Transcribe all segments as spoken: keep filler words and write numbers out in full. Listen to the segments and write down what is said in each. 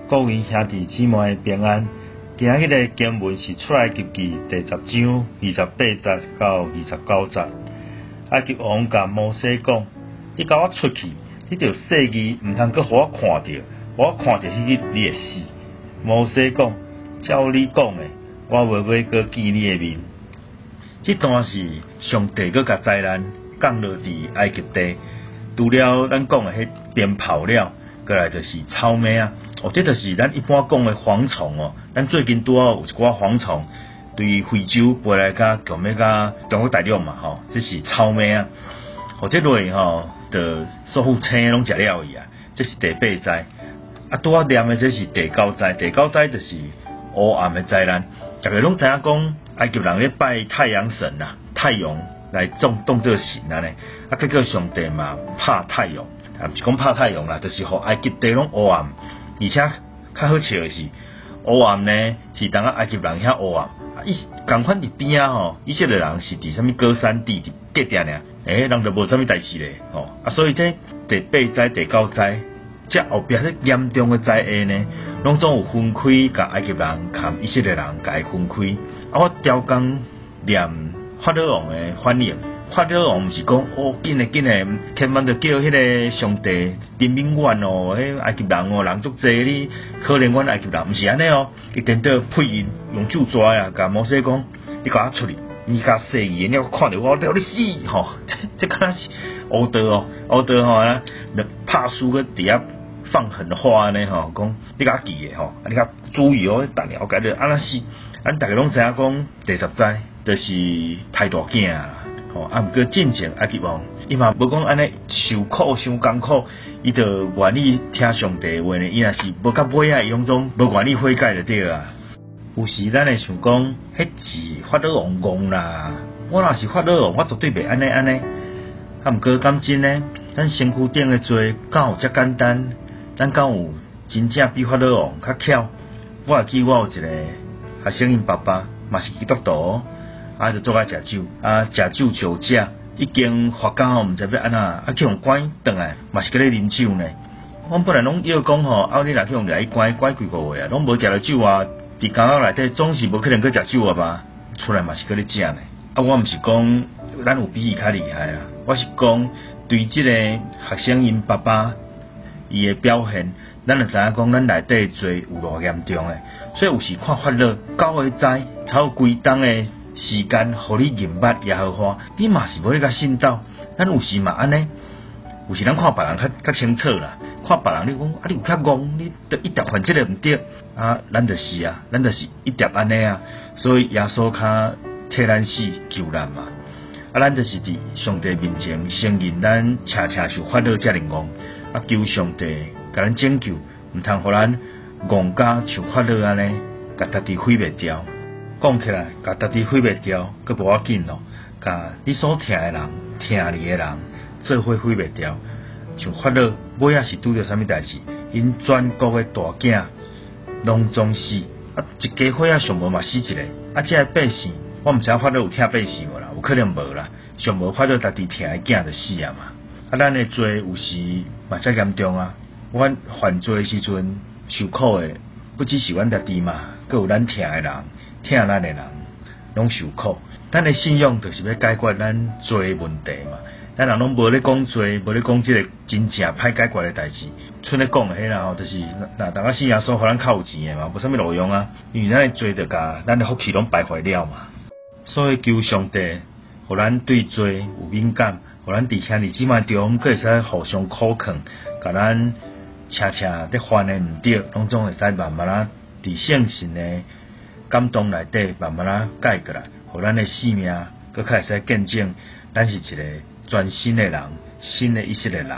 各位兄弟姊妹平安。今日的经文是出埃及记第十章二十八节到二十九节。埃及王甲摩西讲：你甲我出去，你着细字毋通阁互我看着，互我看着迄日你会死。摩西讲：照你讲的，我袂买阁见你的面。这段是上帝阁甲灾难降落伫埃及地，除了咱讲的迄鞭炮了，过来就是草莓啊。哦，这就是咱一般讲的蝗虫哦。咱最近拄好有一寡蝗虫对非洲飞来甲强要甲中国大陆嘛吼，这是草莓啊。哦，这类吼的所有青拢食了伊啊，这是第八灾。啊，拄好念的这是第九灾，第九灾就是黑暗的灾难。大家拢知影讲，埃及人咧拜太阳神啊，太阳来当当作神啊呢。啊，结果上帝嘛拍太阳，啊，毋是讲拍太阳啦，就是互埃及地拢黑暗。而且较好笑的是，黑暗呢是当啊埃及人遐黑暗，啊伊共款伫边啊吼，以色列人是伫啥物高山地伫隔壁尔，诶、欸，人就无啥物代志咧，吼啊，所以这第八灾、第九灾，这后壁这严重的灾厄呢，拢总有分开，甲埃及人甲以色列人甲伊分开。啊，我朝工念法老王的反应。法老王毋是讲哦，紧诶紧诶，千万着叫迄个上帝怜悯阮哦，迄埃及人哦，人足济，你可怜阮埃及人，毋是安尼哦，伊等到配音用手抓啊，甲摩西讲，你甲我出去，你甲细语，你看着我，我了你死吼，这敢若是乌道哦，乌道吼啊，拍输个底下放狠话呢吼，讲你甲记诶吼，你甲注意哦，逐了解着安那死，咱逐个拢知影讲第十灾就是太大囝啊。哦，啊，毋过进前埃及王，伊嘛无讲安尼受苦伤艰苦，伊就愿意听上帝话呢。伊若是无甲尾啊，伊拢总无愿意悔改就对啊。有时咱会想讲，迄是法老王戆啦。我若是法老王，我绝对袂安尼安尼。啊，毋过讲真呢，咱身躯顶的罪，敢有遮简单？咱敢有真正比法老王较巧？我会记我有一个学生因爸爸嘛是基督徒。啊，就做爱食酒，啊，食酒酒驾，已经罚到毋知要安怎，啊，去用关转来，嘛是伫咧啉酒呢。我本来拢要讲吼，啊，你若去用来关关几个月啊，拢无食到酒啊，伫监狱内底总是无可能去食酒啊吧？出来嘛是伫咧食呢。啊，我毋是讲咱有比伊较厉害啊，我是讲对即个学生因爸爸伊的表现，咱就知影讲咱内底罪有偌严重诶。所以有时看法律九个灾，才有规档诶。时间，互你认捌耶和华，你嘛是无咧甲信道。咱有时嘛安尼，有时咱看别人较较清楚啦，看别人你讲啊，你有较戆，你得一定犯这个毋对啊，咱就是啊，咱就是一定安尼啊。所以耶稣较替咱死救咱嘛，啊，咱就是伫上帝面前承认咱车车受法老遮尔戆，啊，求上帝甲咱拯救，毋通互咱戆甲像法老安尼，甲家己毁灭掉。讲起来，甲家己毁灭掉，佫无要紧咯。甲你所疼的人、疼你的人，做伙毁灭掉。像法老尾仔是拄着啥物代志？因全国的大囝拢总死，啊，一家伙仔上无嘛死一个。啊，这个百姓，我毋知影法老有疼百姓无啦？有可能无啦。上无法老家己疼的囝就死啊嘛。啊，咱的罪有时嘛遮严重啊。阮犯罪的时阵受苦的，不只是阮家己嘛，佫有咱疼的人。疼咱的人拢受苦，咱的信仰就是要解决咱罪的问题嘛。咱人拢无咧讲罪，无咧讲即个真正歹解决的代志。剩咧讲的迄啦吼，就是若大家信耶稣，互咱较有钱的嘛，无啥物路用啊。因为咱的罪着甲咱的福气拢败坏了嘛。所以求上帝，互咱对罪有敏感，互咱伫兄弟姊妹中，佫会使互相苦劝，甲咱车车咧犯的毋对，拢总会使慢慢啊伫圣神的感动内底慢慢啊改过来，互咱的性命佫较会使见证，咱是一个全新的人，新的以色列人。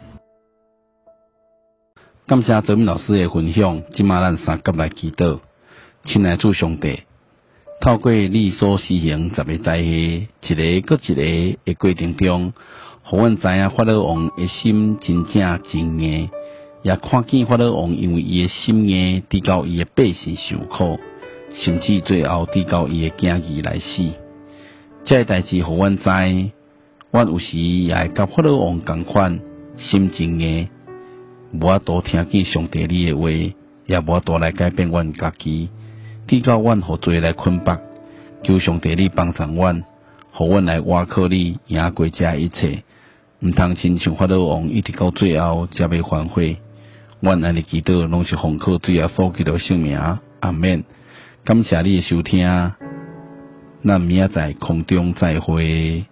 感谢德明老师的分享，即马咱三甲来祈祷。亲爱主上帝，透过你所施行十个灾祸，一个搁一个的过程中，互阮知影法老王的心真正真硬，也看见法老王因为伊的心硬，直到伊的百姓受苦。甚至最后直到伊的囝儿来死，这个代志互阮知，阮有时也会甲法老王共款，心真硬，无法度听见上帝你的话，也也无法度来改变阮家己，直到阮互罪来捆绑。求上帝你帮助阮，互阮来倚靠你赢过这一切，毋通亲像法老王一直到最后才要反悔。阮安尼祈祷，拢是奉靠主耶稣基督圣名，阿免。感谢你的收听，咱明仔载空中再会。